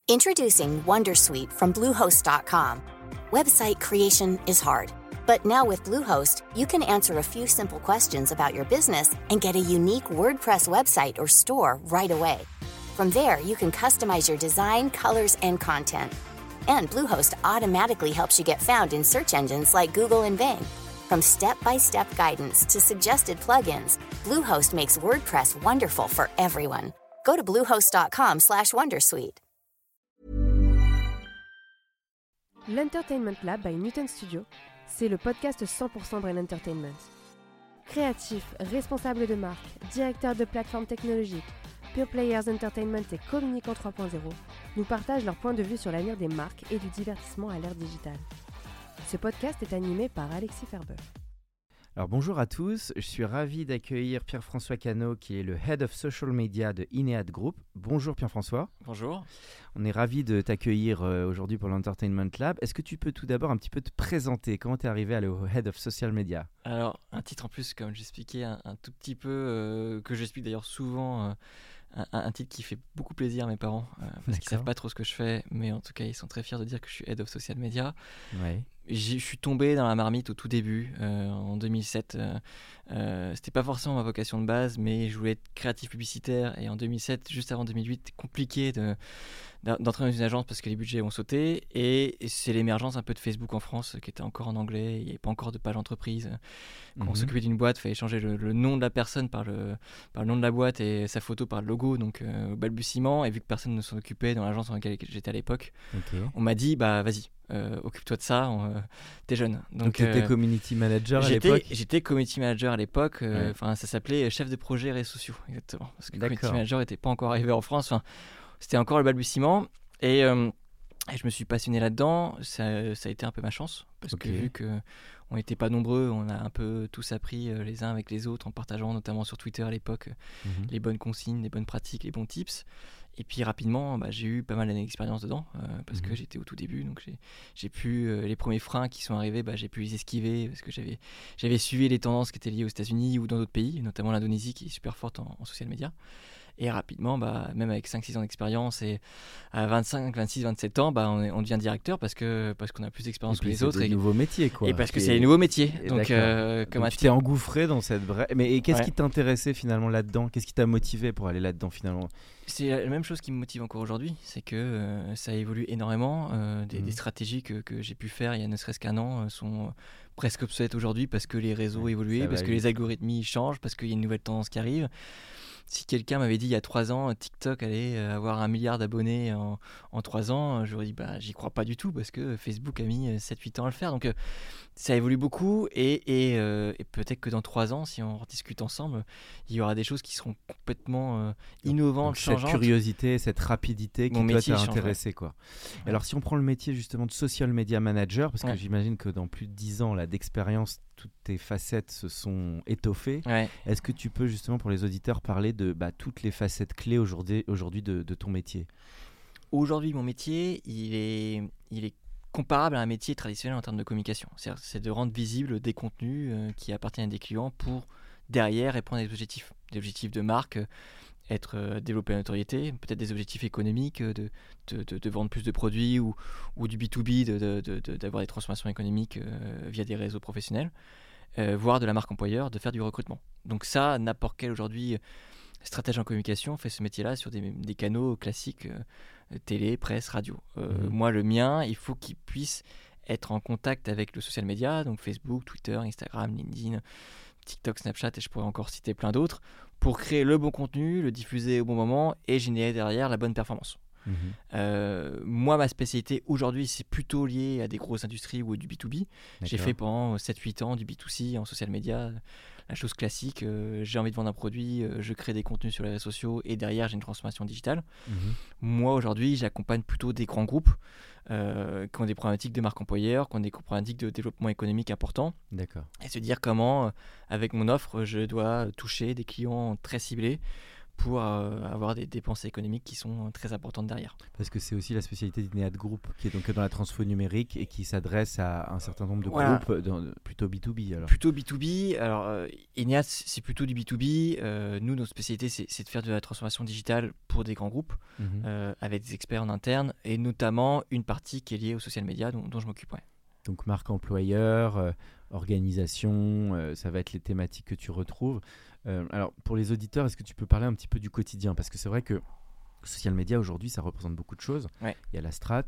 Introducing Wondersuite from Bluehost.com. Website creation is hard, but now with Bluehost, you can answer a few simple questions about your business and get a unique WordPress website or store right away. From there, you can customize your design, colors, and content. And Bluehost automatically helps you get found in search engines like Google and Bing. From step-by-step guidance to suggested plugins, Bluehost makes WordPress wonderful for everyone. Go to bluehost.com/wondersuite. L'Entertainment Lab by Newton Studio, c'est le podcast 100% Brain Entertainment. Créatifs, responsables de marque, directeurs de plateformes technologiques, Pure Players Entertainment et Communicants 3.0 nous partagent leur point de vue sur l'avenir des marques et du divertissement à l'ère digitale. Ce podcast est animé par Alexis Ferber. Alors bonjour à tous, je suis ravi d'accueillir Pierre-François Cano qui est le Head of Social Media de Inead Group. Bonjour Pierre-François. Bonjour. On est ravi de t'accueillir aujourd'hui pour l'Entertainment Lab. Est-ce que tu peux tout d'abord un petit peu te présenter? Comment tu es arrivé à le Head of Social Media? Alors un titre en plus, comme j'expliquais un tout petit peu, que j'explique d'ailleurs souvent, un titre qui fait beaucoup plaisir à mes parents, parce qu'ils ne savent pas trop ce que je fais, mais en tout cas ils sont très fiers de dire que je suis Head of Social Media. Ouais. Je suis tombé dans la marmite au tout début, en 2007. C'était pas forcément ma vocation de base, mais je voulais être créatif publicitaire. Et en 2007, juste avant 2008, c'était compliqué d'entrer dans une agence parce que les budgets ont sauté. Et c'est l'émergence un peu de Facebook en France, qui était encore en anglais. Il n'y avait pas encore de page entreprise. Quand on s'occupait d'une boîte, il fallait changer le nom de la personne par le nom de la boîte et sa photo par le logo, donc au balbutiement. Et vu que personne ne s'en occupait dans l'agence dans laquelle j'étais à l'époque, on m'a dit, bah vas-y. Occupe-toi de ça, t'es jeune. Donc tu étais community manager à l'époque? J'étais community manager à l'époque, ça s'appelait chef de projet réseaux sociaux, exactement. Parce que community manager n'était pas encore arrivé en France, c'était encore le balbutiement. Et je me suis passionné là-dedans, ça a été un peu ma chance, parce que vu qu'on n'était pas nombreux, on a un peu tous appris les uns avec les autres en partageant notamment sur Twitter à l'époque les bonnes consignes, les bonnes pratiques, les bons tips. Et puis rapidement, j'ai eu pas mal d'années d'expérience dedans parce que j'étais au tout début, donc j'ai pu les premiers freins qui sont arrivés, j'ai pu les esquiver parce que j'avais suivi les tendances qui étaient liées aux États-Unis ou dans d'autres pays, notamment l'Indonésie qui est super forte en social media. Et rapidement, même avec 5-6 ans d'expérience et à 25, 26, 27 ans, on devient directeur parce qu'on a plus d'expérience que les autres. C'est des nouveaux métiers, quoi. Et parce que c'est les nouveaux métiers. Donc tu t'es engouffré dans cette vraie... Mais qu'est-ce qui t'intéressait finalement là-dedans? Qu'est-ce qui t'a motivé pour aller là-dedans finalement? C'est la même chose qui me motive encore aujourd'hui, c'est que ça évolue énormément. Des stratégies que j'ai pu faire il y a ne serait-ce qu'un an sont presque obsolètes aujourd'hui parce que les réseaux évoluent, parce que les algorithmes changent, parce qu'il y a une nouvelle tendance qui arrive. Si quelqu'un m'avait dit il y a 3 ans TikTok allait avoir 1 milliard d'abonnés en 3 ans, j'aurais dit j'y crois pas du tout parce que Facebook a mis 7-8 ans à le faire. Donc ça évolue beaucoup et peut-être que dans 3 ans, si on rediscute ensemble, il y aura des choses qui seront complètement innovantes, changeantes. Cette curiosité, cette rapidité qui doit t'intéresser, quoi. Ouais. Alors si on prend le métier justement de social media manager, parce que j'imagine que dans plus de 10 ans d'expérience, toutes tes facettes se sont étoffées. Est-ce que tu peux justement pour les auditeurs parler de toutes les facettes clés aujourd'hui de ton métier? Aujourd'hui, mon métier, il est comparable à un métier traditionnel en termes de communication. C'est de rendre visibles des contenus qui appartiennent à des clients pour derrière répondre à des objectifs de marque, développer la notoriété, peut-être des objectifs économiques, de vendre plus de produits ou du B2B, d'avoir des transformations économiques via des réseaux professionnels, voire de la marque employeur, de faire du recrutement. Donc ça, n'importe quel aujourd'hui stratège en communication fait ce métier-là sur des canaux classiques, télé, presse, radio. Moi, le mien, il faut qu'il puisse être en contact avec le social media, donc Facebook, Twitter, Instagram, LinkedIn, TikTok, Snapchat, et je pourrais encore citer plein d'autres, pour créer le bon contenu, le diffuser au bon moment et générer derrière la bonne performance. Moi, ma spécialité aujourd'hui, c'est plutôt lié à des grosses industries ou du B2B. J'ai fait pendant 7-8 ans du B2C en social media, la chose classique. J'ai envie de vendre un produit, je crée des contenus sur les réseaux sociaux et derrière, j'ai une transformation digitale. Moi, aujourd'hui, j'accompagne plutôt des grands groupes qui ont des problématiques de marque employeur, qui ont des problématiques de développement économique importants. Et se dire comment, avec mon offre, je dois toucher des clients très ciblés pour avoir des dépenses économiques qui sont très importantes derrière. Parce que c'est aussi la spécialité d'Inead Group, qui est donc dans la transfo numérique et qui s'adresse à un certain nombre de groupes, plutôt B2B. Alors. Plutôt B2B. Alors, Inead, c'est plutôt du B2B. Nous, notre spécialité, c'est de faire de la transformation digitale pour des grands groupes, avec des experts en interne, et notamment une partie qui est liée aux social media dont je m'occupe. Ouais. Donc, marque employeur, organisation, ça va être les thématiques que tu retrouves. Alors, pour les auditeurs, est-ce que tu peux parler un petit peu du quotidien ? Parce que c'est vrai que social media, aujourd'hui, ça représente beaucoup de choses. Ouais. Il y a la strat,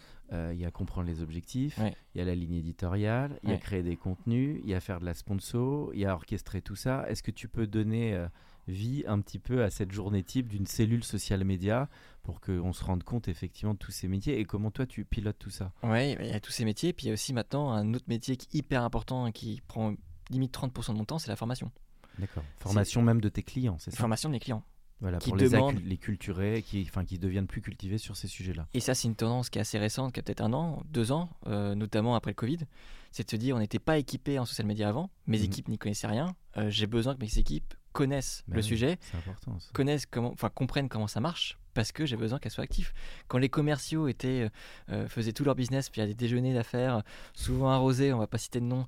il y a comprendre les objectifs, il y a la ligne éditoriale, il y a créer des contenus, il y a faire de la sponsor, il y a orchestrer tout ça. Est-ce que tu peux donner vie un petit peu à cette journée type d'une cellule social media pour qu'on se rende compte effectivement de tous ces métiers et comment toi tu pilotes tout ça ? Oui, il y a tous ces métiers. Puis il y a aussi maintenant un autre métier qui est hyper important et qui prend limite 30% de mon temps, c'est la formation. D'accord. Formation même de tes clients, c'est ça ? Formation de mes clients. Voilà, pour les culturer, qui deviennent plus cultivés sur ces sujets-là. Et ça, c'est une tendance qui est assez récente, qui a peut-être 1 an, 2 ans, notamment après le Covid. C'est de se dire, on n'était pas équipé en social media avant, mes équipes n'y connaissaient rien. J'ai besoin que mes équipes connaissent le sujet, c'est important, comprennent comment ça marche, parce que j'ai besoin qu'elles soient actives. Quand les commerciaux faisaient tout leur business, puis il y a des déjeuners d'affaires, souvent arrosés, on ne va pas citer de nom,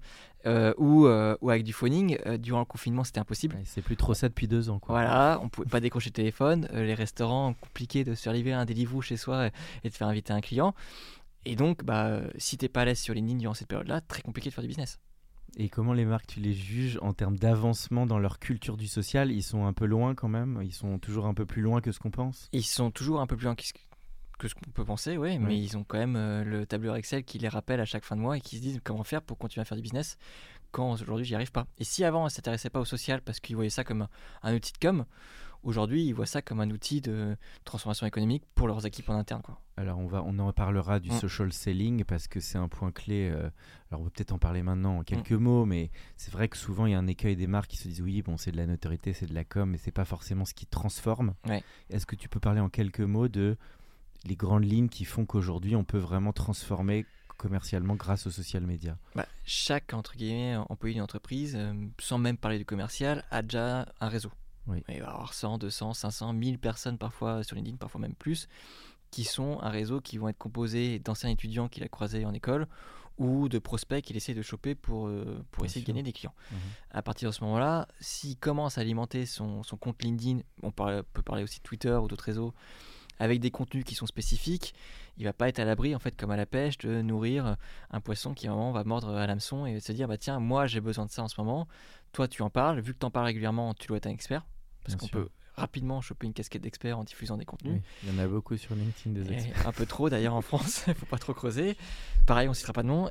ou avec du phoning, durant le confinement, c'était impossible. Ouais, c'est plus trop ça depuis 2 ans. Voilà, on ne pouvait pas décrocher le téléphone, les restaurants, compliqué de se faire livrer un Deliveroo chez soi et de faire inviter un client. Et donc, si tu n'es pas à l'aise sur LinkedIn durant cette période-là, très compliqué de faire du business. Et comment les marques, tu les juges en termes d'avancement dans leur culture du social ? Ils sont un peu loin quand même ? Ils sont toujours un peu plus loin que ce qu'on pense ? Ils sont toujours un peu plus loin que ce qu'on peut penser, oui. Mais ils ont quand même le tableur Excel qui les rappelle à chaque fin de mois et qui se disent comment faire pour continuer à faire du business quand aujourd'hui j'y arrive pas. Et si avant, ils ne s'intéressaient pas au social parce qu'ils voyaient ça comme un outil de com', aujourd'hui, ils voient ça comme un outil de transformation économique pour leurs équipes en interne, quoi. Alors, on en reparlera du social selling parce que c'est un point clé. Alors, on va peut-être en parler maintenant en quelques mots, mais c'est vrai que souvent, il y a un écueil des marques qui se disent oui, bon, c'est de la notoriété, c'est de la com, mais c'est pas forcément ce qui transforme. Ouais. Est-ce que tu peux parler en quelques mots de les grandes lignes qui font qu'aujourd'hui, on peut vraiment transformer commercialement grâce aux social media ? Chaque, entre guillemets, employé d'une entreprise, sans même parler du commercial, a déjà un réseau. Oui. Il va y avoir 100, 200, 500, 1000 personnes parfois sur LinkedIn, parfois même plus, qui sont un réseau qui vont être composé d'anciens étudiants qu'il a croisés en école ou de prospects qu'il essaie de choper pour essayer de gagner des clients. À partir de ce moment-là, s'il commence à alimenter son compte LinkedIn, on peut parler aussi de Twitter ou d'autres réseaux, avec des contenus qui sont spécifiques, il ne va pas être à l'abri, en fait, comme à la pêche, de nourrir un poisson qui à un moment va mordre à l'hameçon et se dire tiens, moi j'ai besoin de ça en ce moment, toi tu en parles, vu que tu en parles régulièrement, tu dois être un expert. Parce qu'on peut rapidement choper une casquette d'expert en diffusant des contenus. Oui, il y en a beaucoup sur LinkedIn des experts. Un peu trop d'ailleurs en France, il ne faut pas trop creuser. Pareil, on ne citera pas de nom.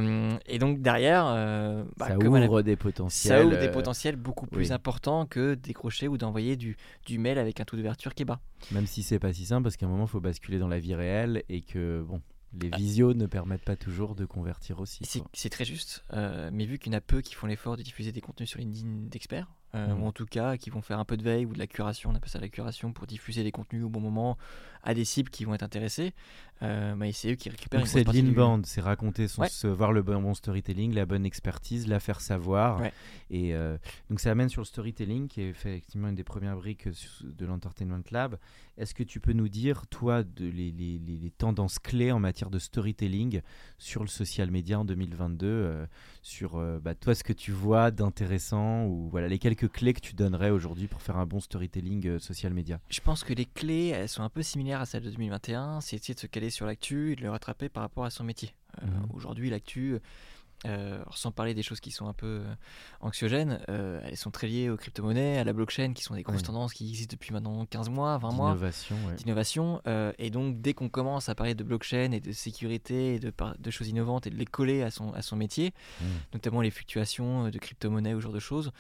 Et donc derrière, ça ouvre des potentiels. Ça ouvre des potentiels beaucoup plus importants que décrocher ou d'envoyer du mail avec un taux d'ouverture qui est bas. Même si ce n'est pas si simple, parce qu'à un moment, il faut basculer dans la vie réelle et que les visios ne permettent pas toujours de convertir aussi. C'est très juste. Mais vu qu'il y en a peu qui font l'effort de diffuser des contenus sur LinkedIn d'experts, ou en tout cas qui vont faire un peu de veille ou de la curation, on appelle ça la curation, pour diffuser des contenus au bon moment à des cibles qui vont être intéressées, c'est eux qui récupèrent. Donc c'est de l'inbound, c'est raconter voir le bon storytelling, la bonne expertise, la faire savoir. Et donc ça amène sur le storytelling qui est effectivement une des premières briques de l'Entertainment Lab. Est-ce que tu peux nous dire, toi, les tendances clés en matière de storytelling sur le social media en 2022, sur toi ce que tu vois d'intéressant ou voilà les quelques clés que tu donnerais aujourd'hui pour faire un bon storytelling social media? Je pense que les clés, elles sont un peu similaires à celles de 2021. C'est essayer de se caler sur l'actu et de le rattraper par rapport à son métier. Aujourd'hui, l'actu, sans parler des choses qui sont un peu anxiogènes, elles sont très liées aux crypto-monnaies, à la blockchain, qui sont des grosses tendances qui existent depuis maintenant 15 mois, 20 mois. D'innovation. Et donc, dès qu'on commence à parler de blockchain et de sécurité et de choses innovantes et de les coller à son métier, notamment les fluctuations de crypto-monnaies ou ce genre de choses,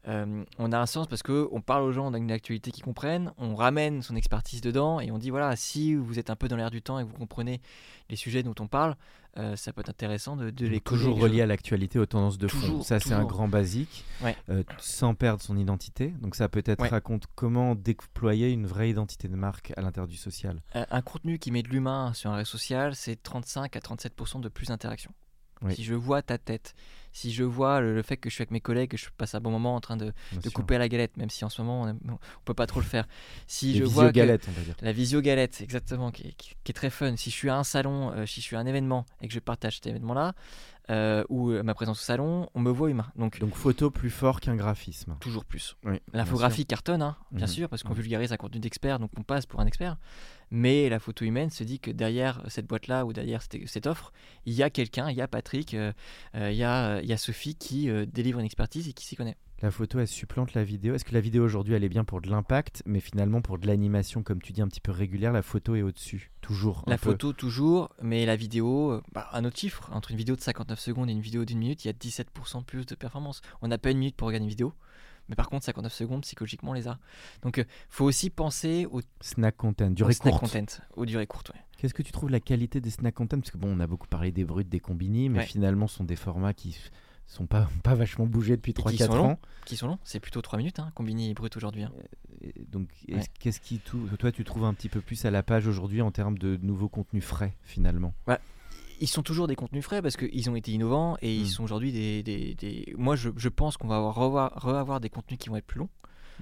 on a un sens parce qu'on parle aux gens d'une actualité qu'ils comprennent, on ramène son expertise dedans et on dit voilà, si vous êtes un peu dans l'air du temps et que vous comprenez les sujets dont on parle, ça peut être intéressant de les toujours relier à l'actualité, aux tendances de fond. Ça, c'est un grand basique, sans perdre son identité. Donc ça peut-être raconte comment déployer une vraie identité de marque à l'intérieur du social. Un contenu qui met de l'humain sur un réseau social, c'est 35 à 37% de plus d'interaction. si je vois ta tête, si je vois le fait que je suis avec mes collègues, que je passe un bon moment en train de couper à la galette, même si en ce moment on peut pas trop le faire. Si je vois visio-galette, on va dire. La visio-galette, exactement, qui est très fun. Si je suis à un salon, si je suis à un événement et que je partage cet événement-là, ou ma présence au salon, on me voit humain. Donc photo plus fort qu'un graphisme. Toujours plus. Oui, l'infographie cartonne, bien sûr, parce qu'on vulgarise un contenu d'expert, donc on passe pour un expert. Mais la photo humaine se dit que derrière cette boîte-là ou derrière cette offre, il y a quelqu'un, il y a Patrick, il y a Sophie qui délivre une expertise et qui s'y connaît. La photo, elle supplante la vidéo. Est-ce que la vidéo aujourd'hui, elle est bien pour de l'impact, mais finalement pour de l'animation, comme tu dis, un petit peu régulière, la photo est au-dessus, toujours. La photo, toujours, mais la vidéo, un autre chiffre, entre une vidéo de 59 secondes et une vidéo d'1 minute, il y a 17% plus de performance. On n'a pas 1 minute pour regarder une vidéo, mais par contre, 59 secondes, psychologiquement, on les a. Donc, faut aussi penser au snack content, durée courte. Aux durées courtes, ouais. Qu'est-ce que tu trouves la qualité des snack content ? Parce que on a beaucoup parlé des brutes, des combini, mais finalement, ce sont des formats qui sont pas vachement bougés depuis 3-4 ans. Qui sont longs, c'est plutôt 3 minutes, combini et brut aujourd'hui. Donc, qu'est-ce qui toi, tu trouves un petit peu plus à la page aujourd'hui en termes de nouveaux contenus frais, finalement ? Ils sont toujours des contenus frais parce qu'ils ont été innovants et ils sont aujourd'hui des... Moi, je pense qu'on va revoir des contenus qui vont être plus longs.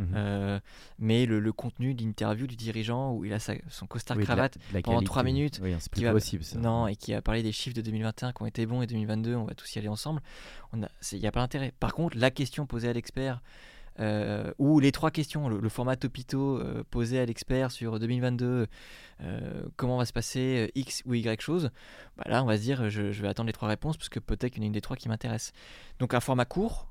Mais le contenu d'interview du dirigeant où il a son costard cravate pendant 3 minutes, c'est plus possible ça. Non, et qui a parlé des chiffres de 2021 qui ont été bons et 2022, on va tous y aller ensemble. Il n'y a pas d'intérêt. Par contre, la question posée à l'expert, ou les 3 questions, le format topito posé à l'expert sur 2022, comment va se passer X ou Y chose, là on va se dire je vais attendre les 3 réponses parce que peut-être qu'il y en a une des 3 qui m'intéresse. Donc un format court,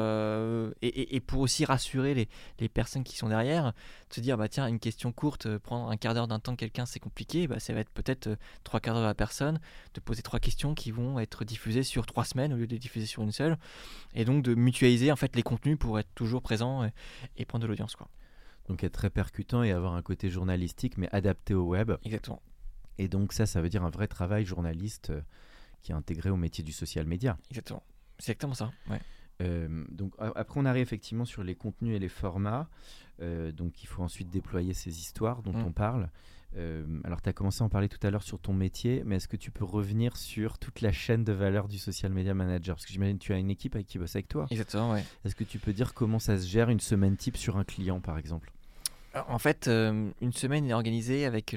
et pour aussi rassurer les personnes qui sont derrière, de se dire tiens, une question courte, prendre un quart d'heure d'un temps de quelqu'un c'est compliqué, ça va être peut-être 3 quarts d'heure à la personne, de poser 3 questions qui vont être diffusées sur 3 semaines au lieu de les diffuser sur une seule, et donc de mutualiser en fait les contenus pour être toujours présent et prendre de l'audience, quoi. Donc être très percutant et avoir un côté journalistique mais adapté au web. Exactement. Et donc ça veut dire un vrai travail journaliste qui est intégré au métier du social media. Exactement. C'est exactement ça. Ouais. Donc après on arrive effectivement sur les contenus et les formats. Donc il faut ensuite déployer ces histoires dont on parle. Alors tu as commencé à en parler tout à l'heure sur ton métier, mais est-ce que tu peux revenir sur toute la chaîne de valeur du social media manager ? Parce que j'imagine que tu as une équipe qui bosse avec toi. Exactement, ouais. Est-ce que tu peux dire comment ça se gère une semaine type sur un client par exemple ? En fait, une semaine est organisée avec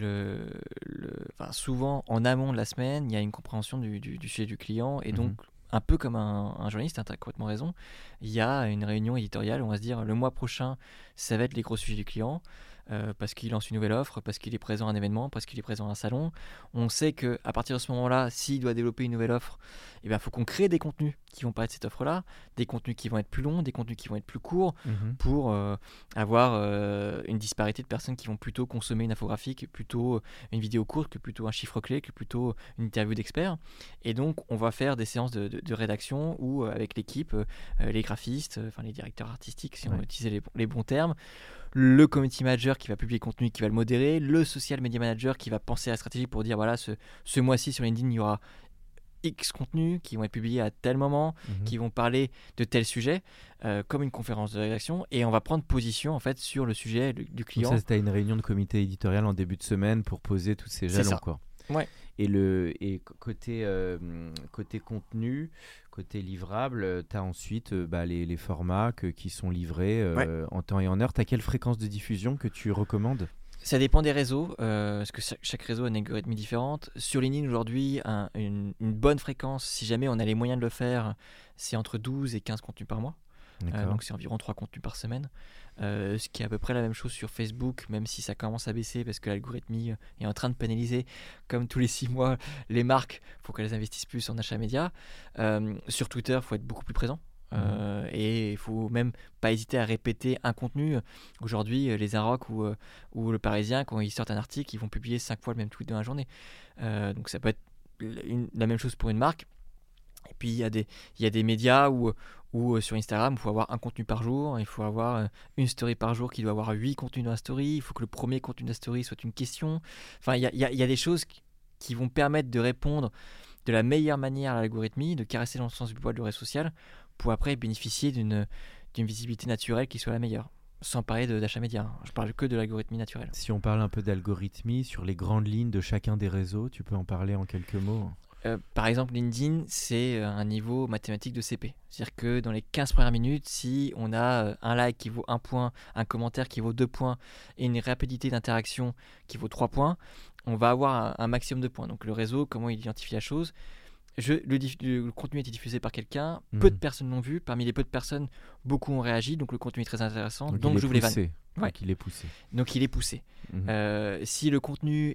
souvent en amont de la semaine, il y a une compréhension du sujet du client et donc un peu comme un journaliste, tu as complètement raison, il y a une réunion éditoriale où on va se dire le mois prochain, ça va être les gros sujets du client. Parce qu'il lance une nouvelle offre, parce qu'il est présent à un événement, parce qu'il est présent à un salon. On sait qu'à partir de ce moment-là, s'il doit développer une nouvelle offre, il faut qu'on crée des contenus qui vont parler de cette offre-là, des contenus qui vont être plus longs, des contenus qui vont être plus courts, pour avoir une disparité de personnes qui vont plutôt consommer une infographie que plutôt une vidéo courte, que plutôt un chiffre clé, que plutôt une interview d'experts. Et donc, on va faire des séances de rédaction où, avec l'équipe, les graphistes, les directeurs artistiques, si on veut utiliser les bons termes, le community manager qui va publier le contenu, qui va le modérer, le social media manager qui va penser à la stratégie pour dire voilà, ce mois-ci sur LinkedIn, il y aura X contenus qui vont être publiés à tel moment, qui vont parler de tel sujet, comme une conférence de rédaction, et on va prendre position en fait sur le sujet du client. Donc ça, c'était une réunion de comité éditorial en début de semaine pour poser tous ces jalons, quoi. Ouais. Et côté contenu, côté livrable, tu as ensuite les formats qui sont livrés en temps et en heure. Tu as quelle fréquence de diffusion que tu recommandes ? Ça dépend des réseaux, parce que chaque réseau a une algorithmie différente. Sur LinkedIn aujourd'hui, une bonne fréquence, si jamais on a les moyens de le faire, c'est entre 12 et 15 contenus par mois. Donc c'est environ 3 contenus par semaine. Ce qui est à peu près la même chose sur Facebook, même si ça commence à baisser parce que l'algorithmie est en train de pénaliser, comme tous les 6 mois, les marques. Il faut qu'elles investissent plus en achat média. Sur Twitter, il faut être beaucoup plus présent. Et il faut même pas hésiter à répéter un contenu. Aujourd'hui, les Inrocks ou le Parisien, quand ils sortent un article, ils vont publier 5 fois le même tweet dans la journée. Donc ça peut être la même chose pour une marque. Et puis il y a des médias où sur Instagram, il faut avoir un contenu par jour, il faut avoir une story par jour qui doit avoir 8 contenus dans la story, il faut que le premier contenu de la story soit une question. Enfin, il y a des choses qui vont permettre de répondre de la meilleure manière à l'algorithmie, de caresser dans le sens du poil du réseau social, pour après bénéficier d'une visibilité naturelle qui soit la meilleure. Sans parler d'achat média, je parle que de l'algorithmie naturelle. Si on parle un peu d'algorithmie, sur les grandes lignes de chacun des réseaux, tu peux en parler en quelques mots ? par exemple, LinkedIn, c'est un niveau mathématique de CP. C'est-à-dire que dans les 15 premières minutes, si on a un like qui vaut 1 point, un commentaire qui vaut 2 points et une rapidité d'interaction qui vaut 3 points, on va avoir un maximum de points. Donc le réseau, comment il identifie la chose ? Le contenu a été diffusé par quelqu'un, peu de personnes l'ont vu. Parmi les peu de personnes, beaucoup ont réagi, donc le contenu est très intéressant. Donc j'ouvre les vannes. Donc il est poussé. Donc il est poussé. Si le contenu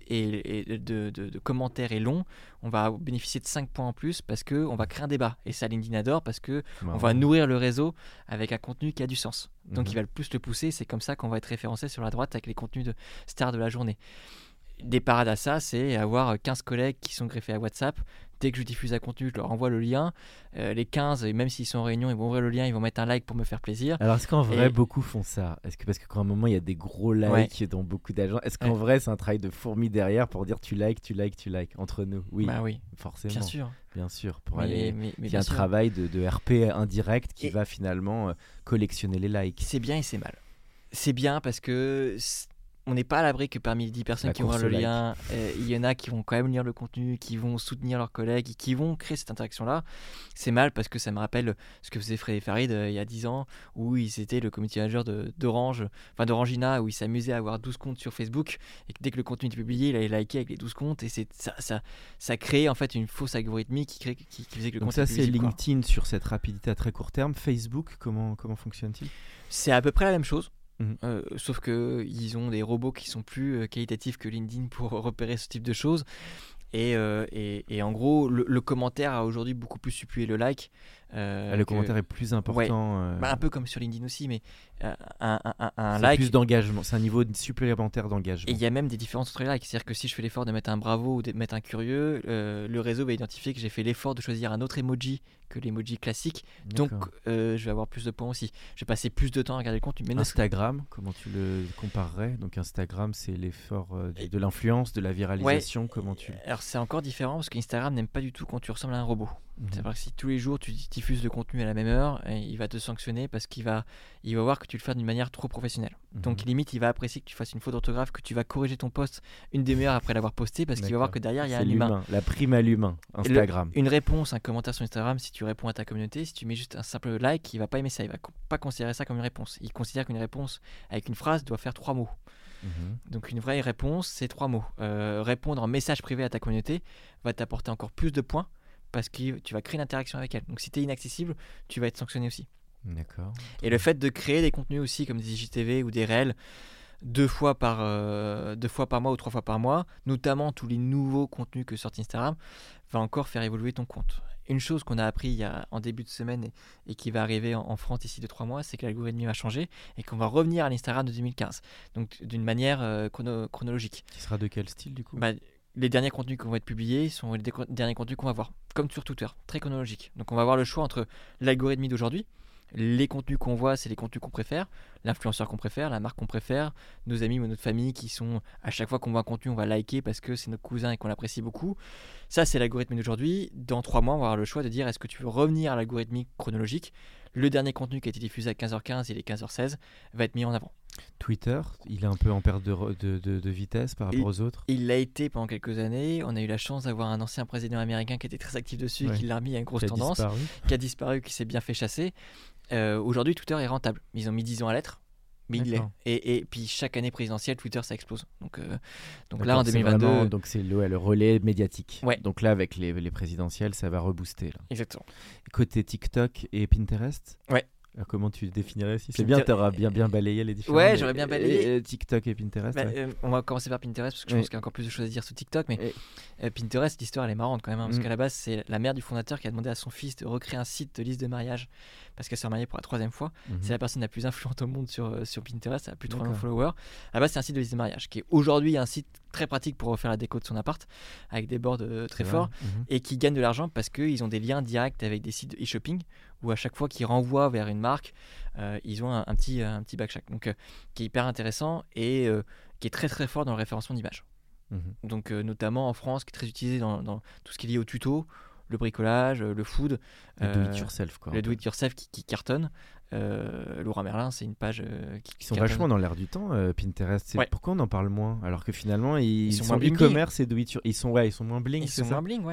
de commentaires est long, on va bénéficier de 5 points en plus parce qu'on va créer un débat. Et ça, LinkedIn adore parce qu'on va nourrir le réseau avec un contenu qui a du sens. Donc il va le plus le pousser. C'est comme ça qu'on va être référencé sur la droite avec les contenus de stars de la journée. Des parades à ça, c'est avoir 15 collègues qui sont greffés à WhatsApp. Dès que je diffuse un contenu, je leur envoie le lien. Les 15, même s'ils sont en réunion, ils vont ouvrir le lien, ils vont mettre un like pour me faire plaisir. Alors, est-ce qu'en vrai, beaucoup font ça ? Parce qu'à un moment, il y a des gros likes dans beaucoup d'agences. Est-ce qu'en vrai, c'est un travail de fourmi derrière pour dire tu likes entre nous ? Oui, forcément. Bien sûr. Pour aller, il y a un travail de RP indirect qui va finalement collectionner les likes. C'est bien et c'est mal. C'est bien parce que... on n'est pas à l'abri que parmi les 10 personnes qui vont voir le lien, il y en a qui vont quand même lire le contenu, qui vont soutenir leurs collègues, qui vont créer cette interaction-là. C'est mal parce que ça me rappelle ce que faisait Fred et Farid il y a 10 ans, où ils étaient le community manager d'Orangina, où ils s'amusaient à avoir 12 comptes sur Facebook, et que dès que le contenu était publié, il allait liker avec les 12 comptes, et ça créait en fait une fausse algorithmique qui faisait que le Donc contenu ça, c'est LinkedIn sur cette rapidité à très court terme. Facebook, comment fonctionne-t-il ? C'est à peu près la même chose. Sauf qu'ils ont des robots qui sont plus qualitatifs que LinkedIn pour repérer ce type de choses. Et en gros, le commentaire a aujourd'hui beaucoup plus suppléé le like. Le commentaire est plus important. Un peu comme sur LinkedIn aussi, mais un c'est like. Plus d'engagement, c'est un niveau supplémentaire d'engagement. Et il y a même des différences entre les likes. C'est-à-dire que si je fais l'effort de mettre un bravo ou de mettre un curieux, le réseau va identifier que j'ai fait l'effort de choisir un autre emoji que l'emoji classique. Donc je vais avoir plus de points aussi. Je vais passer plus de temps à regarder le contenu. Instagram, comment tu le comparerais ? Donc Instagram, c'est l'effort de l'influence, de la viralisation. Comment tu... Alors c'est encore différent parce qu'Instagram n'aime pas du tout quand tu ressembles à un robot. C'est-à-dire que si tous les jours tu diffuses le contenu à la même heure, il va te sanctionner parce qu'il va voir que tu le fais d'une manière trop professionnelle. Donc limite, il va apprécier que tu fasses une faute d'orthographe, que tu vas corriger ton post une demi-heure après l'avoir posté parce qu'il va voir que derrière il y a un humain. La prime à l'humain, Instagram. Une réponse, un commentaire sur Instagram, si tu réponds à ta communauté, si tu mets juste un simple like, il va pas aimer ça, il va pas considérer ça comme une réponse. Il considère qu'une réponse avec une phrase doit faire 3 mots. Donc une vraie réponse, c'est 3 mots. Répondre en message privé à ta communauté va t'apporter encore plus de points parce que tu vas créer une interaction avec elle. Donc si tu es inaccessible, tu vas être sanctionné aussi. D'accord. Et le fait de créer des contenus aussi comme des IGTV ou des réels 2 fois par mois ou 3 fois par mois, notamment tous les nouveaux contenus que sort Instagram, va encore faire évoluer ton compte. Une chose qu'on a appris en début de semaine et qui va arriver en France d'ici 2-3 mois, c'est que l'algorithme va changer et qu'on va revenir à l'Instagram de 2015. Donc d'une manière chronologique. Qui sera de quel style du coup ? Les derniers contenus qui vont être publiés sont les derniers contenus qu'on va voir, comme sur Twitter, très chronologique. Donc on va avoir le choix entre l'algorithme d'aujourd'hui, les contenus qu'on voit, c'est les contenus qu'on préfère, l'influenceur qu'on préfère, la marque qu'on préfère, nos amis ou notre famille qui sont, à chaque fois qu'on voit un contenu, on va liker parce que c'est notre cousin et qu'on l'apprécie beaucoup. Ça, c'est l'algorithme d'aujourd'hui. Dans 3 mois, on va avoir le choix de dire est-ce que tu veux revenir à l'algorithmique chronologique ? Le dernier contenu qui a été diffusé à 15h15 et les 15h16 va être mis en avant. Twitter, il est un peu en perte de vitesse par rapport aux autres. Il l'a été pendant quelques années. On a eu la chance d'avoir un ancien président américain qui était très actif dessus, qui l'a remis à une grosse tendance, qui a disparu, qui s'est bien fait chasser. Aujourd'hui, Twitter est rentable. Ils ont mis 10 ans à l'être, mais il l'est. Et puis chaque année présidentielle, Twitter, ça explose. Donc là, en 2022... donc c'est le relais médiatique. Donc là, avec les présidentielles, ça va rebooster. Là. Exactement. Côté TikTok et Pinterest. Alors, comment tu définirais si c'est bien, tu auras bien balayé les différents. Ouais, j'aurais bien balayé. TikTok et Pinterest. On va commencer par Pinterest parce que je pense qu'il y a encore plus de choses à dire sur TikTok. Mais Pinterest, l'histoire elle est marrante quand même. Parce qu'à la base, c'est la mère du fondateur qui a demandé à son fils de recréer un site de liste de mariage parce qu'elle s'est mariée pour la 3e fois. C'est la personne la plus influente au monde sur Pinterest. Elle a plus de 3 millions de followers. À la base, c'est un site de liste de mariage qui est aujourd'hui un site très pratique pour refaire la déco de son appart avec des boards très forts et qui gagne de l'argent parce qu'ils ont des liens directs avec des sites de e-shopping où à chaque fois qu'ils renvoient vers une marque, ils ont un petit backtrack. Donc qui est hyper intéressant et qui est très très fort dans le référencement d'images. Donc notamment en France, qui est très utilisé dans tout ce qui est lié au tuto, le bricolage, le food. Le do-it-yourself quoi. Le do-it-yourself qui cartonne. Laura Merlin, c'est une page qui sont vachement dans l'air du temps. Pinterest, pourquoi on en parle moins alors que finalement ils sont moins e-commerce et do-it-yourself. Ils sont moins bling. Ils sont moins bling, ouais.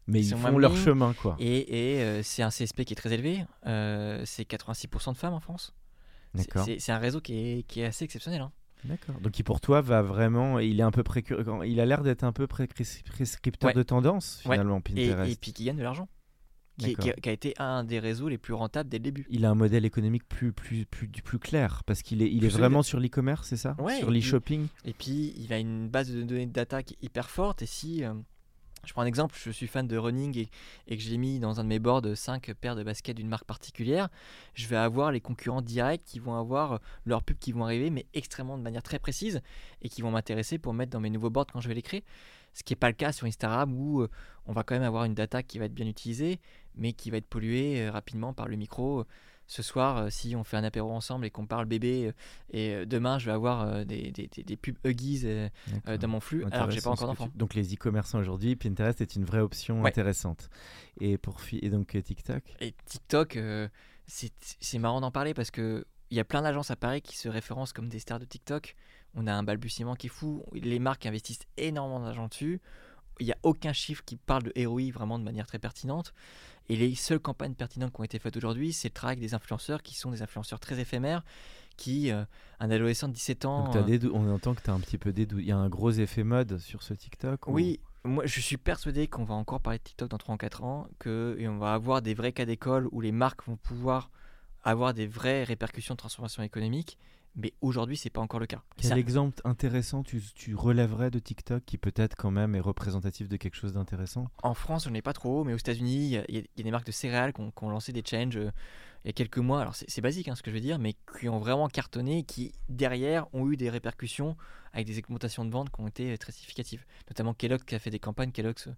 Mais ils font leur chemin, quoi. Et c'est un CSP qui est très élevé. C'est 86% de femmes en France. D'accord. C'est un réseau qui est assez exceptionnel. Hein. D'accord. Donc qui pour toi va vraiment, il est un peu il a l'air d'être un peu prescripteur de tendance finalement, Pinterest. Et puis qui gagne de l'argent. Qui a été un des réseaux les plus rentables dès le début. Il a un modèle économique plus clair parce qu'il est vraiment sur l'e-commerce, c'est ça ? Sur l'e-shopping. Et puis il a une base de données de data qui est hyper forte. Et si je prends un exemple, je suis fan de running et que j'ai mis dans un de mes boards 5 paires de baskets d'une marque particulière, je vais avoir les concurrents directs qui vont avoir leurs pubs qui vont arriver, mais extrêmement de manière très précise et qui vont m'intéresser pour mettre dans mes nouveaux boards quand je vais les créer. Ce qui n'est pas le cas sur Instagram où on va quand même avoir une data qui va être bien utilisée, mais qui va être polluée rapidement par le micro. Ce soir, si on fait un apéro ensemble et qu'on parle bébé, et demain je vais avoir des pubs Huggies dans mon flux, alors que j'ai pas encore d'enfant. Donc les e-commerçants aujourd'hui, Pinterest est une vraie option intéressante. Et donc TikTok. Et TikTok, c'est marrant d'en parler parce que il y a plein d'agences à Paris qui se référencent comme des stars de TikTok. On a un balbutiement qui est fou. Les marques investissent énormément d'argent dessus. Il n'y a aucun chiffre qui parle de ROI vraiment de manière très pertinente. Et les seules campagnes pertinentes qui ont été faites aujourd'hui, c'est le travail des influenceurs qui sont des influenceurs très éphémères. Un adolescent de 17 ans. Donc on entend que tu as un petit peu des doutes. Il y a un gros effet mode sur ce TikTok. Oui, moi je suis persuadé qu'on va encore parler de TikTok dans 3 ou 4 ans, qu'on va avoir des vrais cas d'école où les marques vont pouvoir avoir des vraies répercussions de transformation économique. Mais aujourd'hui, c'est pas encore le cas. Quel exemple intéressant tu relèverais de TikTok qui peut-être quand même est représentatif de quelque chose d'intéressant ? En France, on n'est pas trop, mais aux États-Unis, il y a des marques de céréales qui ont lancé des challenges il y a quelques mois. Alors c'est basique ce que je veux dire, mais qui ont vraiment cartonné et qui derrière ont eu des répercussions avec des augmentations de ventes qui ont été très significatives. Notamment Kellogg qui a fait des campagnes.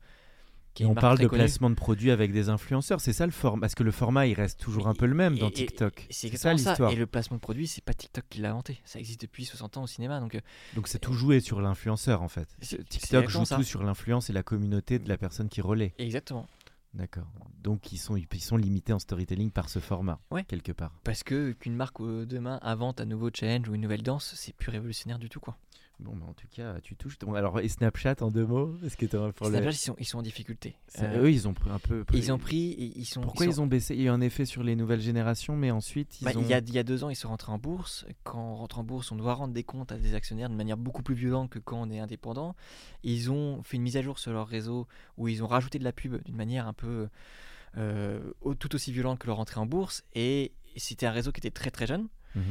Et on parle de placement de produits avec des influenceurs, c'est ça le format ? Parce que le format il reste toujours un peu le même dans TikTok. C'est ça l'histoire. Et le placement de produits, c'est pas TikTok qui l'a inventé. Ça existe depuis 60 ans au cinéma. Donc c'est tout joué sur l'influenceur en fait. TikTok joue tout sur l'influence et la communauté de la personne qui relaie. Exactement. D'accord. Donc ils sont limités en storytelling par ce format, quelque part. Parce qu'une marque demain invente un nouveau challenge ou une nouvelle danse, c'est plus révolutionnaire du tout, quoi. Bon, mais en tout cas, tu touches. Alors, et Snapchat en 2 mots ? Est-ce que Snapchat, ils sont en difficulté. Eux, ils ont pris un peu. Pourquoi ils ont baissé ? Il y a eu un effet sur les nouvelles générations, mais ensuite il y a 2 ans, ils sont rentrés en bourse. Quand on rentre en bourse, on doit rendre des comptes à des actionnaires de manière beaucoup plus violente que quand on est indépendant. Ils ont fait une mise à jour sur leur réseau où ils ont rajouté de la pub d'une manière un peu tout aussi violente que leur entrée en bourse. Et c'était un réseau qui était très très jeune.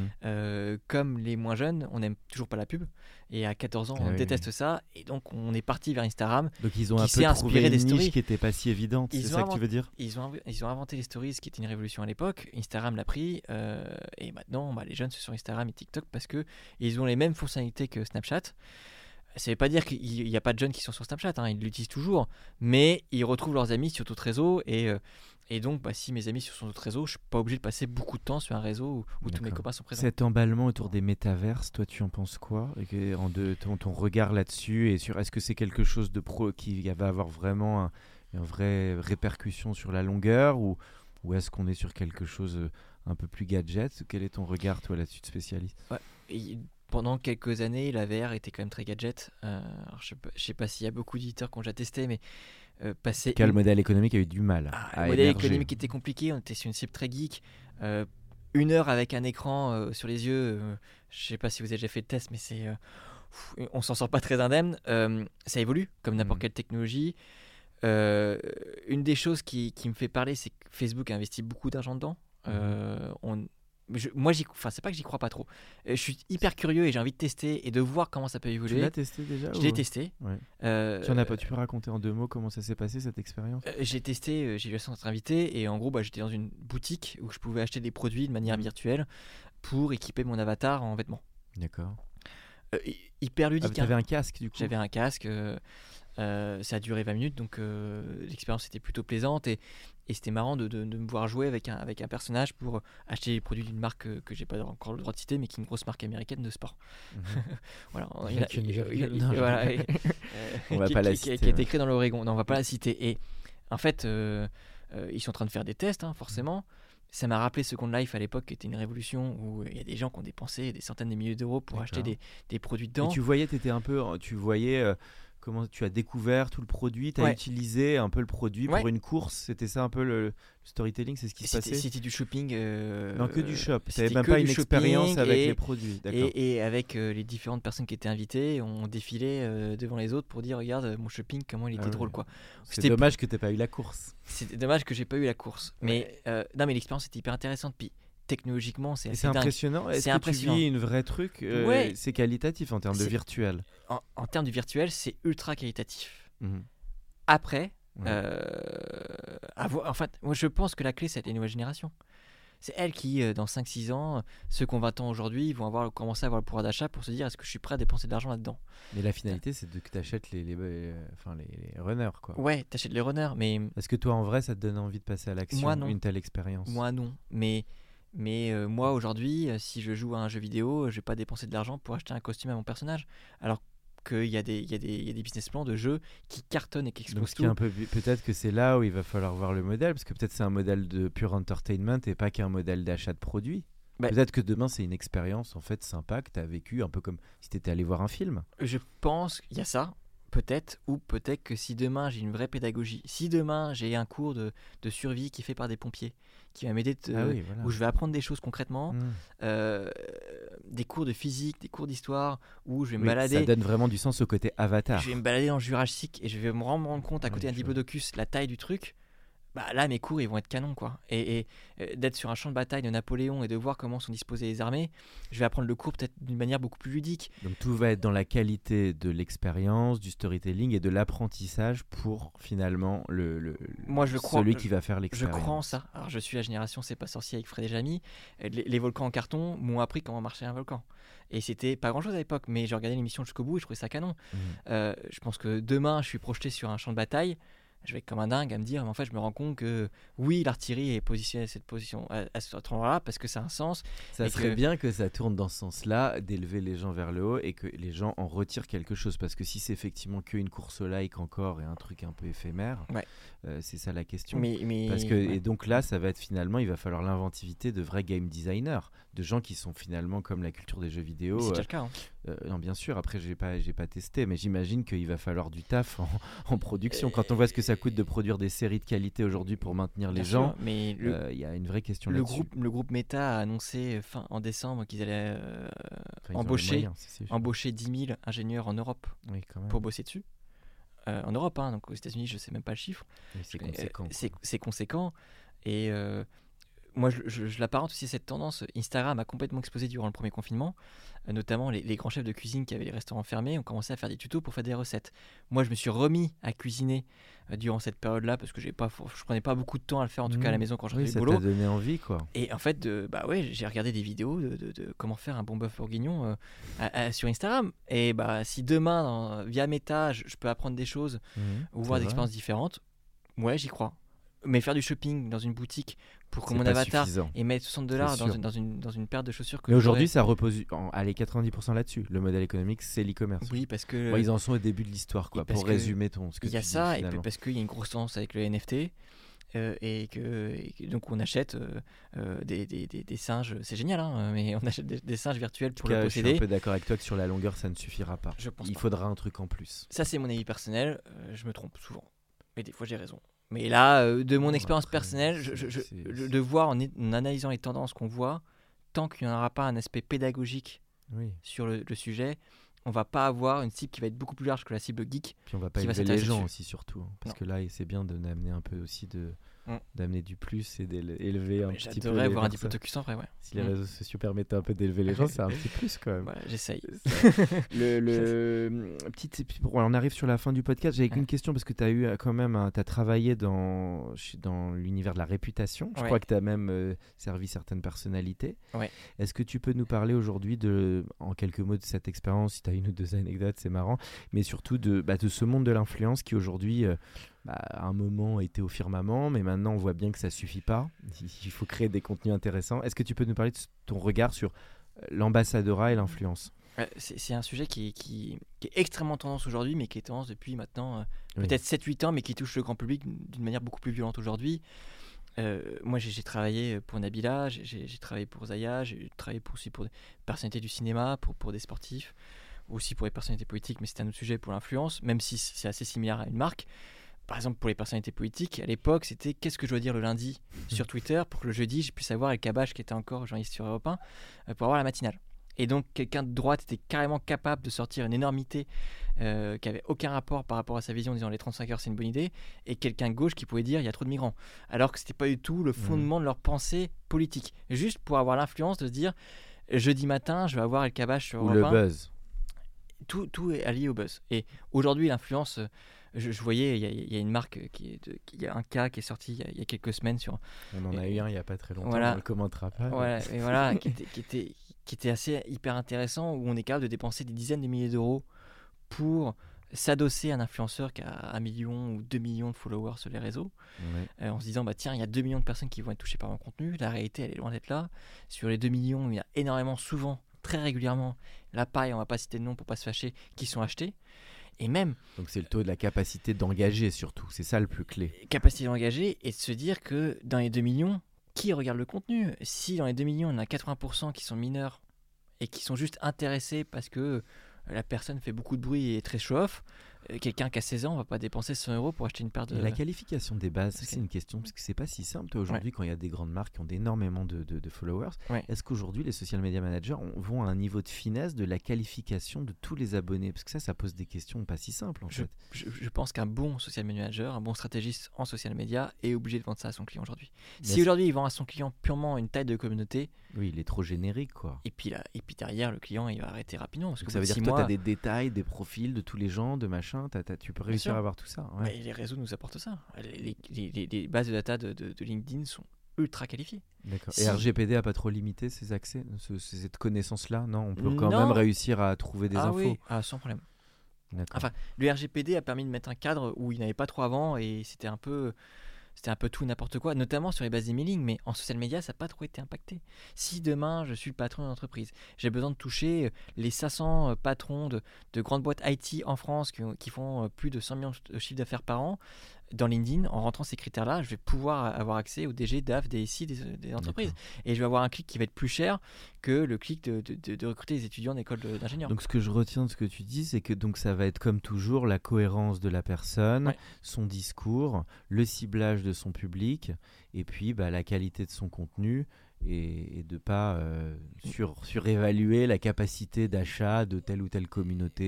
Comme les moins jeunes, on n'aime toujours pas la pub et à 14 ans on déteste ça, et donc on est parti vers Instagram. Donc ils ont un peu trouvé une niche qui n'était pas si évidente, c'est ça que tu veux dire ? Ils ont inventé les stories, qui était une révolution à l'époque. Instagram l'a pris et maintenant les jeunes sont sur Instagram et TikTok parce que ils ont les mêmes fonctionnalités que Snapchat. Ça ne veut pas dire qu'il n'y a pas de jeunes qui sont sur Snapchat, ils l'utilisent toujours, mais ils retrouvent leurs amis sur d'autres réseaux. Et donc, si mes amis sont sur d'autres réseaux, je ne suis pas obligé de passer beaucoup de temps sur un réseau où tous mes copains sont présents. Cet emballement autour des métaverses, toi, tu en penses quoi ? Ton regard là-dessus, et est-ce que c'est quelque chose de qui va avoir vraiment une vraie répercussion sur la longueur, ou est-ce qu'on est sur quelque chose un peu plus gadget ? Quel est ton regard, toi, là-dessus, de spécialiste ? Pendant quelques années, la VR était quand même très gadget. Alors je sais pas s'il y a beaucoup d'éditeurs qui ont déjà testé, mais le modèle économique a eu du mal à le modèle économique était compliqué. On était sur une cible très geek. 1 heure avec un écran sur les yeux. Je sais pas si vous avez déjà fait le test, mais on s'en sort pas très indemne. Ça évolue comme n'importe quelle technologie. Une des choses qui me fait parler, c'est que Facebook a investi beaucoup d'argent dedans. Moi, c'est pas que j'y crois pas trop. Je suis hyper curieux et j'ai envie de tester et de voir comment ça peut évoluer. Tu l'as testé déjà ? Je l'ai testé. Tu peux raconter en 2 mots comment ça s'est passé, cette expérience ? J'ai testé, j'ai eu la chance d'être invité, et en gros, j'étais dans une boutique où je pouvais acheter des produits de manière virtuelle pour équiper mon avatar en vêtements. D'accord. Hyper ludique. Tu avais un casque du coup ? J'avais un casque. Ça a duré 20 minutes, donc l'expérience était plutôt plaisante, et c'était marrant de me voir jouer avec un personnage pour acheter les produits d'une marque que j'ai pas encore le droit de citer, mais qui est une grosse marque américaine de sport. Voilà, on va pas la citer. Qui a été créée dans l'Oregon. Non, on va pas la citer. Et en fait, ils sont en train de faire des tests, forcément. Ça m'a rappelé Second Life à l'époque, qui était une révolution où il y a des gens qui ont dépensé des centaines de milliers d'euros pour acheter des produits dedans. Et tu voyais comment tu as découvert tout le produit, tu as utilisé un peu le produit pour une course, c'était ça un peu le storytelling, c'est ce qui se passait? C'était du shopping. Non, que du shop. Tu n'avais même pas une expérience avec les produits. Et avec les différentes personnes qui étaient invitées, on défilait devant les autres pour dire regarde mon shopping, comment il était drôle. Quoi. C'est dommage que tu n'aies pas eu la course. C'était dommage que j'ai pas eu la course. Mais, non, mais l'expérience était hyper intéressante. Puis technologiquement, c'est assez impressionnant. Dingue. Est-ce que impressionnant. Tu vis une vraie truc c'est qualitatif en termes de virtuel. En termes de virtuel, c'est ultra qualitatif. Après, en fait, moi je pense que la clé, c'est les nouvelles générations. C'est elles qui, dans 5-6 ans, ceux qui ont 20 ans aujourd'hui, vont commencer à avoir le pouvoir d'achat pour se dire est-ce que je suis prêt à dépenser de l'argent là-dedans. Mais la finalité, c'est que tu achètes les runners. Quoi. Ouais, tu achètes les runners. Mais... Est-ce que toi, en vrai, ça te donne envie de passer à l'action, une telle expérience? Moi, non. Mais moi, aujourd'hui, si je joue à un jeu vidéo, je vais pas dépenser de l'argent pour acheter un costume à mon personnage. Alors qu'il y a des business plans de jeux qui cartonnent et qui explosent tout. Peut-être que c'est là où il va falloir voir le modèle, parce que peut-être c'est un modèle de pure entertainment et pas qu'un modèle d'achat de produits. Peut-être que demain c'est une expérience en fait sympa que tu as vécu un peu comme si tu étais allé voir un film. Je pense qu'il y a ça, peut-être, ou peut-être que si demain j'ai une vraie pédagogie, si demain j'ai un cours de survie qui est fait par des pompiers, qui va m'aider, où je vais apprendre des choses concrètement, des cours de physique, des cours d'histoire, où je vais me balader. Ça donne vraiment du sens au côté Avatar. Je vais me balader dans le Jurassique et je vais me rendre compte à côté d'un diplodocus la taille du truc. Bah là mes cours ils vont être canons quoi. Et d'être sur un champ de bataille de Napoléon et de voir comment sont disposées les armées, je vais apprendre le cours peut-être d'une manière beaucoup plus ludique. Donc tout va être dans la qualité de l'expérience, du storytelling et de l'apprentissage pour finalement celui qui va faire l'expérience. Je crois en ça. Alors je suis la génération C'est pas sorcier avec Fred et Jamy. Les volcans en carton m'ont appris comment marchait un volcan. Et c'était pas grand chose à l'époque, mais j'ai regardé l'émission jusqu'au bout et je trouvais ça canon. Je pense que demain je suis projeté sur un champ de bataille. Je vais être comme un dingue à me dire, mais en fait, je me rends compte que oui, l'artillerie est positionnée à cette position, à cet endroit-là, parce que ça a un sens. Ça serait bien que ça tourne dans ce sens-là, d'élever les gens vers le haut et que les gens en retirent quelque chose. Parce que si c'est effectivement qu'une course like encore et un truc un peu éphémère, c'est ça la question. Et donc là, ça va être finalement, il va falloir l'inventivité de vrais game designers, de gens qui sont finalement comme la culture des jeux vidéo. Mais c'est déjà le cas. Non, bien sûr, après, j'ai pas testé, mais j'imagine qu'il va falloir du taf en production. Quand on voit ce que ça coûte de produire des séries de qualité aujourd'hui pour maintenir les gens, mais il y a une vraie question là-dessus. Le groupe Meta a annoncé en décembre qu'ils allaient embaucher 10 000 ingénieurs en Europe pour bosser dessus. En Europe, donc aux États-Unis, je sais même pas le chiffre. C'est conséquent. C'est conséquent. Et moi, je l'apparente aussi à cette tendance. Instagram a complètement explosé durant le premier confinement. Notamment les grands chefs de cuisine qui avaient les restaurants fermés ont commencé à faire des tutos pour faire des recettes. Moi, je me suis remis à cuisiner durant cette période-là parce que je prenais pas beaucoup de temps à le faire, en tout cas à la maison quand je faisais le boulot. Ça t'a donné envie, quoi. Et en fait, j'ai regardé des vidéos de comment faire un bon bœuf bourguignon sur Instagram. Et si demain, via Meta, je peux apprendre des choses ou voir des expériences différentes, j'y crois. Mais faire du shopping dans une boutique pour que mon avatar et mettre $60 dans une paire de chaussures que mais aujourd'hui ça repose 90% là-dessus. Le modèle économique c'est l'e-commerce. Oui, parce que ils en sont au début de l'histoire quoi, pour résumer ce que il y a ça dis, et puis parce qu'il y a une grosse tendance avec le NFT et que donc on achète des singes, c'est génial mais on achète des singes virtuels pour le posséder. Je suis un peu d'accord avec toi que sur la longueur ça ne suffira pas. Il faudra un truc en plus. Ça c'est mon avis personnel, je me trompe souvent mais des fois j'ai raison. Mais là, de mon expérience personnelle, de voir en analysant les tendances qu'on voit, tant qu'il n'y aura pas un aspect pédagogique sur le sujet, on va pas avoir une cible qui va être beaucoup plus large que la cible geek. Puis on va pas élever les gens aussi surtout, parce que là c'est bien d'amener un peu aussi d'amener du plus et d'élever un petit peu. J'adorerais avoir un diplodocus en vrai, Si les réseaux sociaux permettaient un peu d'élever les gens, c'est un petit plus quand même. Voilà, j'essaye. On arrive sur la fin du podcast. J'avais qu'une question parce que tu as eu quand même, t'as travaillé dans l'univers de la réputation. Je crois que tu as même servi certaines personnalités. Est-ce que tu peux nous parler aujourd'hui en quelques mots de cette expérience, si tu as une ou deux anecdotes, c'est marrant, mais surtout de ce monde de l'influence qui aujourd'hui à un moment était au firmament, mais maintenant on voit bien que ça suffit pas. Il faut créer des contenus intéressants. Est-ce que tu peux nous parler de ton regard sur l'ambassadorat et l'influence ? C'est un sujet qui est extrêmement tendance aujourd'hui, mais qui est tendance depuis maintenant peut-être 7-8 ans, mais qui touche le grand public d'une manière beaucoup plus violente aujourd'hui. Moi j'ai travaillé pour Nabila, j'ai travaillé pour Zaya, j'ai travaillé aussi pour des personnalités du cinéma, pour des sportifs. aussi pour les personnalités politiques, mais c'est un autre sujet pour l'influence, même si c'est assez similaire à une marque. Par exemple, pour les personnalités politiques, à l'époque, c'était qu'est-ce que je dois dire le lundi sur Twitter pour que le jeudi, je puisse avoir El Kabbach, qui était encore journaliste sur Europe 1, pour avoir la matinale. Et donc, quelqu'un de droite était carrément capable de sortir une énormité qui n'avait aucun rapport par rapport à sa vision, en disant les 35 heures, c'est une bonne idée, et quelqu'un de gauche qui pouvait dire il y a trop de migrants. Alors que ce n'était pas du tout le fondement de leur pensée politique. Juste pour avoir l'influence de se dire jeudi matin, je vais avoir El Kabbach sur Europe 1. Ou le buzz. Tout est allié au buzz. Et aujourd'hui, l'influence... Je voyais, il y a une marque, il y a un cas qui est sorti il y a quelques semaines sur... On en a eu un il n'y a pas très longtemps, voilà, on le commentera pas. Ouais, et voilà, qui était assez hyper intéressant, où on est capable de dépenser des dizaines de milliers d'euros pour s'adosser à un influenceur qui a 1 million ou 2 millions de followers sur les réseaux, en se disant, tiens, il y a 2 millions de personnes qui vont être touchées par mon contenu, la réalité, elle est loin d'être là. Sur les 2 millions, il y a énormément, souvent, très régulièrement, là, pareil, on ne va pas citer de nom pour ne pas se fâcher, qui sont achetés. Et même, donc c'est le taux de la capacité d'engager surtout, c'est ça le plus clé. Capacité d'engager et de se dire que dans les 2 millions, qui regarde le contenu ? Si dans les 2 millions, on a 80% qui sont mineurs et qui sont juste intéressés parce que la personne fait beaucoup de bruit et est très show-off, quelqu'un qui a 16 ans ne va pas dépenser 100 € pour acheter une paire de... La qualification des bases, c'est une question, parce que c'est pas si simple. Toi, aujourd'hui, quand il y a des grandes marques qui ont énormément de followers, est-ce qu'aujourd'hui, les social media managers vont à un niveau de finesse de la qualification de tous les abonnés ? Parce que ça pose des questions pas si simples, en fait. Je pense qu'un bon social media manager, un bon stratégiste en social media est obligé de vendre ça à son client aujourd'hui. Si aujourd'hui, il vend à son client purement une taille de communauté... Oui, il est trop générique, quoi. Et puis derrière, le client, il va arrêter rapidement. Parce que ça veut dire que toi, tu as des détails, des profils de tous les gens, de machin, tu peux réussir à avoir tout ça. Ouais. Mais les réseaux nous apportent ça. Les bases de data de LinkedIn sont ultra qualifiées. D'accord. Et RGPD n'a pas trop limité ces accès, cette connaissance-là ? Non, on peut quand même réussir à trouver des infos. Oui, sans problème. D'accord. Enfin, le RGPD a permis de mettre un cadre où il n'avait pas trop avant et c'était un peu tout n'importe quoi, notamment sur les bases d'emailing, mais en social media, ça n'a pas trop été impacté. Si demain, je suis le patron d'une entreprise, j'ai besoin de toucher les 500 patrons de grandes boîtes IT en France qui font plus de 100 millions de chiffres d'affaires par an, dans LinkedIn, en rentrant ces critères-là, je vais pouvoir avoir accès au DG, DAF, DSI des entreprises. D'accord. Et je vais avoir un clic qui va être plus cher que le clic de recruter des étudiants d'école d'ingénieurs. Donc ce que je retiens de ce que tu dis, c'est que donc, ça va être comme toujours la cohérence de la personne, son discours, le ciblage de son public, et puis la qualité de son contenu, et de ne pas surévaluer la capacité d'achat de telle ou telle communauté.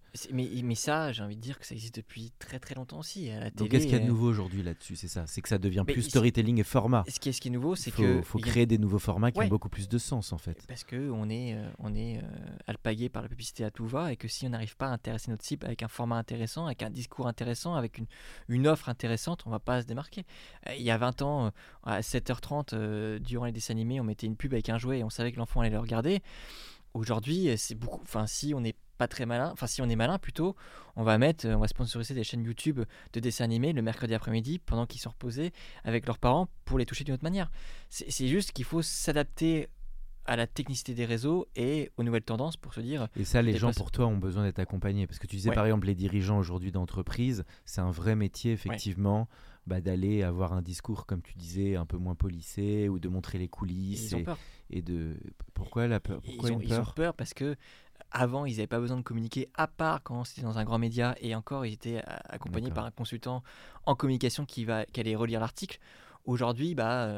Mais ça, j'ai envie de dire que ça existe depuis très très longtemps aussi. À la télé, donc qu'est-ce qu'il y a de nouveau aujourd'hui là-dessus ? C'est ça, c'est que ça devient plus storytelling et format. Ce qui est nouveau, c'est qu'il faut créer des nouveaux formats qui ont beaucoup plus de sens en fait. Parce qu'on est alpagué par la publicité à tout va, et que si on n'arrive pas à intéresser notre cible avec un format intéressant, avec un discours intéressant, avec une offre intéressante, on ne va pas se démarquer. Il y a 20 ans, à 7h30, durant les dessins animés, on mettait une pub avec un jouet et on savait que l'enfant allait le regarder. Aujourd'hui, c'est beaucoup. Enfin, si on n'est pas très malin, si on est malin plutôt, on va sponsoriser des chaînes YouTube de dessins animés le mercredi après-midi pendant qu'ils sont reposés avec leurs parents pour les toucher d'une autre manière. C'est juste qu'il faut s'adapter à la technicité des réseaux et aux nouvelles tendances pour se dire... Et ça, les gens, pour toi, ont besoin d'être accompagnés. Parce que tu disais, par exemple, les dirigeants aujourd'hui d'entreprise, c'est un vrai métier, effectivement, d'aller avoir un discours, comme tu disais, un peu moins policé, ou de montrer les coulisses. Ils ont peur. Pourquoi la peur ? Pourquoi ils ont peur parce que avant, ils n'avaient pas besoin de communiquer, à part quand c'était dans un grand média, et encore, ils étaient accompagnés par un consultant en communication qui allait relire l'article. Aujourd'hui,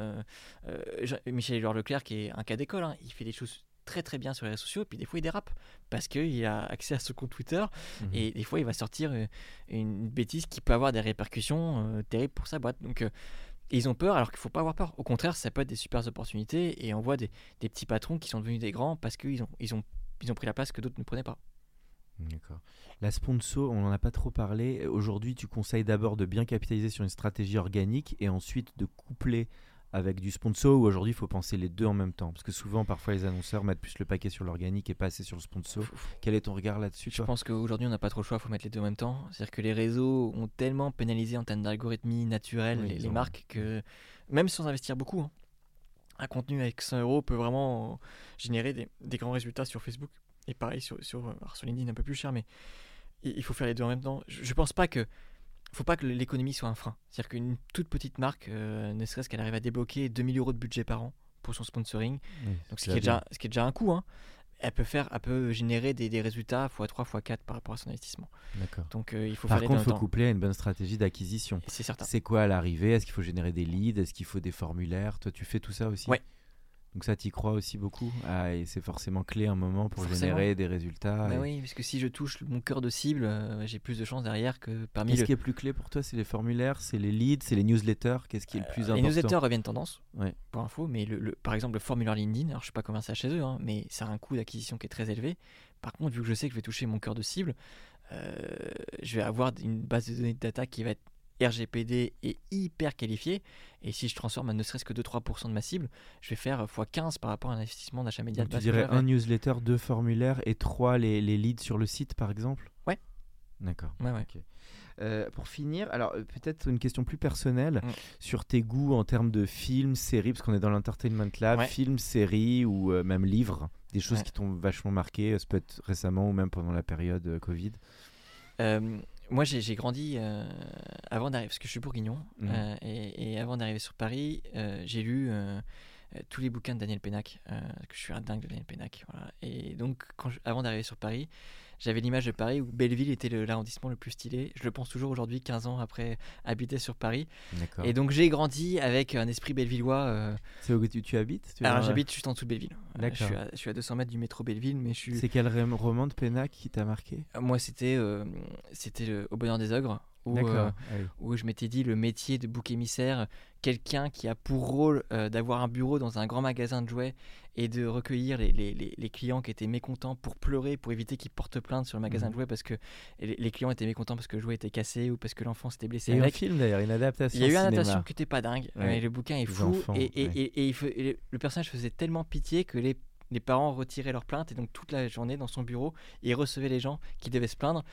Michel-Édouard Leclerc, qui est un cas d'école, il fait des choses très très bien sur les réseaux sociaux, et puis des fois il dérape parce qu'il a accès à ce compte Twitter, et des fois il va sortir une bêtise qui peut avoir des répercussions terribles pour sa boîte. Donc ils ont peur, alors qu'il ne faut pas avoir peur. Au contraire, ça peut être des super opportunités, et on voit des petits patrons qui sont devenus des grands parce qu'ils ont pris la place que d'autres ne prenaient pas. D'accord. La sponsor, on n'en a pas trop parlé. Aujourd'hui, tu conseilles d'abord de bien capitaliser sur une stratégie organique et ensuite de coupler avec du sponsor, ou aujourd'hui il faut penser les deux en même temps, parce que souvent parfois les annonceurs mettent plus le paquet sur l'organique et pas assez sur le sponsor. Quel est ton regard là-dessus ? Je pense qu'aujourd'hui on n'a pas trop le choix, il faut mettre les deux en même temps. C'est-à-dire que les réseaux ont tellement pénalisé en termes d'algorithmie naturelle les marques que même sans investir beaucoup, un contenu avec 100 € peut vraiment générer des grands résultats sur Facebook, et pareil sur LinkedIn un peu plus cher, mais il faut faire les deux en même temps. Je pense pas que faut pas que l'économie soit un frein. C'est-à-dire qu'une toute petite marque, ne serait-ce qu'elle arrive à débloquer 2 000 € de budget par an pour son sponsoring, donc ce qui est déjà un coût, elle peut générer des résultats x3, x4 par rapport à son investissement. D'accord. Donc il faut Par faire contre, les il faut coupler à une bonne stratégie d'acquisition. C'est certain. C'est quoi à l'arrivée? Est-ce qu'il faut générer des leads? Est-ce qu'il faut des formulaires? Toi, tu fais tout ça aussi? Ouais. Donc ça, tu y crois aussi beaucoup? Et c'est forcément clé un moment pour générer des résultats. Oui, parce que si je touche mon cœur de cible, j'ai plus de chances derrière que parmi Qu'est-ce qui est plus clé pour toi? C'est les formulaires, c'est les leads, c'est les newsletters? Qu'est-ce qui est le plus important? Les newsletters reviennent tendance, ouais. Pour info, mais par exemple le formulaire LinkedIn, alors je ne sais pas combien ça chez eux, mais ça a un coût d'acquisition qui est très élevé. Par contre, vu que je sais que je vais toucher mon cœur de cible, je vais avoir une base de données de data qui va être RGPD et hyper qualifié, et si je transforme à ne serait-ce que 2-3% de ma cible, je vais faire x15 par rapport à un investissement d'achat média. Donc tu dirais un newsletter, 2 formulaires et 3 les leads sur le site par exemple? Ouais. D'accord. Ouais. Okay. Pour finir, alors peut-être une question plus personnelle sur tes goûts en termes de films, séries, parce qu'on est dans l'Entertainment Lab, films, séries ou même livres, des choses qui t'ont vachement marqué, ça peut être récemment ou même pendant la période Covid. Moi, j'ai grandi avant d'arriver, parce que je suis bourguignon, et avant d'arriver sur Paris, j'ai lu tous les bouquins de Daniel Pénac, que je suis un dingue de Daniel Pénac. Voilà. Et donc, avant d'arriver sur Paris, j'avais l'image de Paris où Belleville était l'arrondissement le plus stylé. Je le pense toujours aujourd'hui, 15 ans après habiter sur Paris. D'accord. Et donc, j'ai grandi avec un esprit bellevillois. C'est où tu habites? Alors, j'habite juste en dessous de Belleville. D'accord. Je suis à 200 mètres du métro Belleville, mais C'est quel roman de Pénac qui t'a marqué? Moi, c'était Au bonheur des ogres. Où je m'étais dit le métier de bouc émissaire, quelqu'un qui a pour rôle d'avoir un bureau dans un grand magasin de jouets et de recueillir les clients qui étaient mécontents pour pleurer, pour éviter qu'ils portent plainte sur le magasin de jouets parce que les clients étaient mécontents parce que le jouet était cassé ou parce que l'enfant s'était blessé. Il y a eu un film d'ailleurs, une adaptation. Il y a eu une cinéma. adaptation qui n'était pas dingue, mais le bouquin est fou et le personnage faisait tellement pitié que les parents retiraient leur plainte et donc toute la journée dans son bureau, il recevait les gens qui devaient se plaindre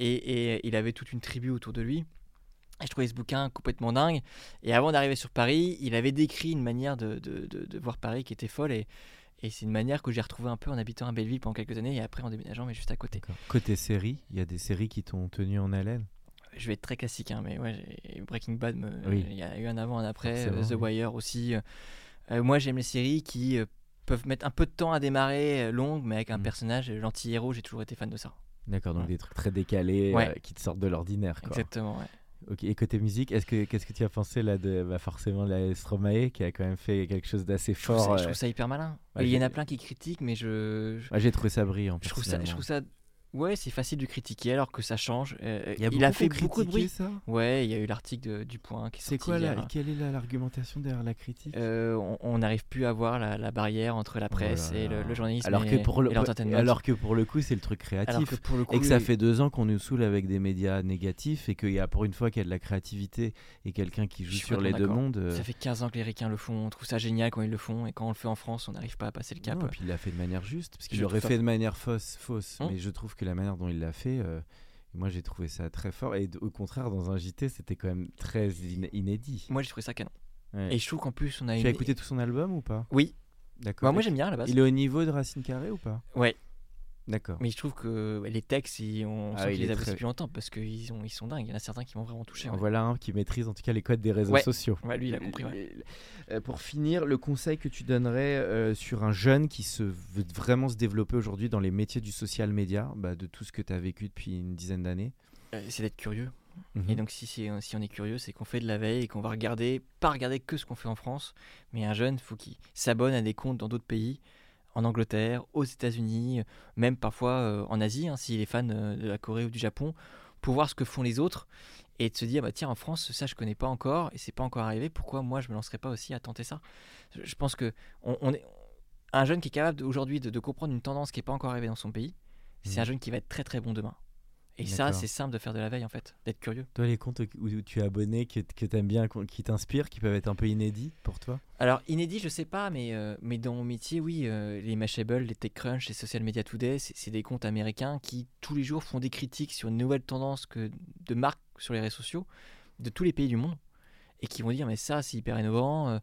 et il avait toute une tribu autour de lui. Et je trouvais ce bouquin complètement dingue. Et avant d'arriver sur Paris, il avait décrit une manière de voir Paris qui était folle et c'est une manière que j'ai retrouvée un peu en habitant à Belleville pendant quelques années et après en déménageant mais juste à côté. D'accord. Côté série, il y a des séries qui t'ont tenu en haleine? Je vais être très classique, mais Breaking Bad, il y a eu un avant, un après, The Wire aussi. Moi j'aime les séries qui peuvent mettre un peu de temps à démarrer, longues, mais avec un personnage, l'anti-héros, j'ai toujours été fan de ça. D'accord, donc des trucs très décalés qui te sortent de l'ordinaire. Quoi. Exactement, ouais. Ok, et côté musique, qu'est-ce que tu as pensé là de forcément la Stromae qui a quand même fait quelque chose d'assez fort? Je trouve ça hyper malin. Il y en a plein qui critiquent, mais j'ai trouvé ça brillant. Je trouve ça. Ouais, c'est facile de critiquer alors que ça change. Il a fait beaucoup de bruit. Ça ouais, il y a eu l'article du Point qui est sorti. C'est quoi quelle est l'argumentation derrière la critique? On n'arrive plus à voir la barrière entre la presse et le journalisme et l'entertainment. Alors que pour le coup, c'est le truc créatif. Et que ça fait 2 ans qu'on nous saoule avec des médias négatifs et qu'il y a pour une fois qu'il y a de la créativité et quelqu'un qui joue sur les deux mondes. Ça fait 15 ans que les ricains le font. On trouve ça génial quand ils le font et quand on le fait en France, on n'arrive pas à passer le cap. Non, et puis il l'a fait de manière juste parce qu'il l'aurait fait de manière fausse. Mais je trouve que la manière dont il l'a fait, moi j'ai trouvé ça très fort et au contraire dans un JT c'était quand même très inédit. Moi j'ai trouvé ça canon. Et je trouve qu'en plus on a Tu as écouté tout son album ou pas? Oui. D'accord. Moi j'aime bien à la base. Il est au niveau de Racine Carré ou pas? Ouais. D'accord. Mais je trouve que les textes, on sent qu'ils les apprécient depuis longtemps parce qu'ils sont dingues. Il y en a certains qui m'ont vraiment touché. En voilà un qui maîtrise en tout cas les codes des réseaux sociaux. Ouais, lui il a compris. Pour finir, le conseil que tu donnerais sur un jeune qui veut vraiment se développer aujourd'hui dans les métiers du social media, de tout ce que tu as vécu depuis une dizaine d'années? C'est d'être curieux. Et donc si on est curieux, c'est qu'on fait de la veille et qu'on va pas regarder que ce qu'on fait en France, mais un jeune, faut qu'il s'abonne à des comptes dans d'autres pays. En Angleterre, aux États-Unis, même parfois en Asie, s'il est fan de la Corée ou du Japon, pour voir ce que font les autres et de se dire tiens, en France, ça je connais pas encore et c'est pas encore arrivé, pourquoi moi je me lancerais pas aussi à tenter ça? Je pense que on est un jeune qui est capable aujourd'hui de comprendre une tendance qui est pas encore arrivée dans son pays, c'est un jeune qui va être très très bon demain. Et ça, c'est simple de faire de la veille en fait, d'être curieux. Toi, les comptes où tu es abonné, que tu aimes bien, qui t'inspirent, qui peuvent être un peu inédits pour toi? Alors, inédits, je sais pas, mais dans mon métier, oui, les Mashable, les TechCrunch, les Social Media Today, c'est des comptes américains qui tous les jours font des critiques sur une nouvelle tendance de marques sur les réseaux sociaux de tous les pays du monde et qui vont dire mais ça, c'est hyper innovant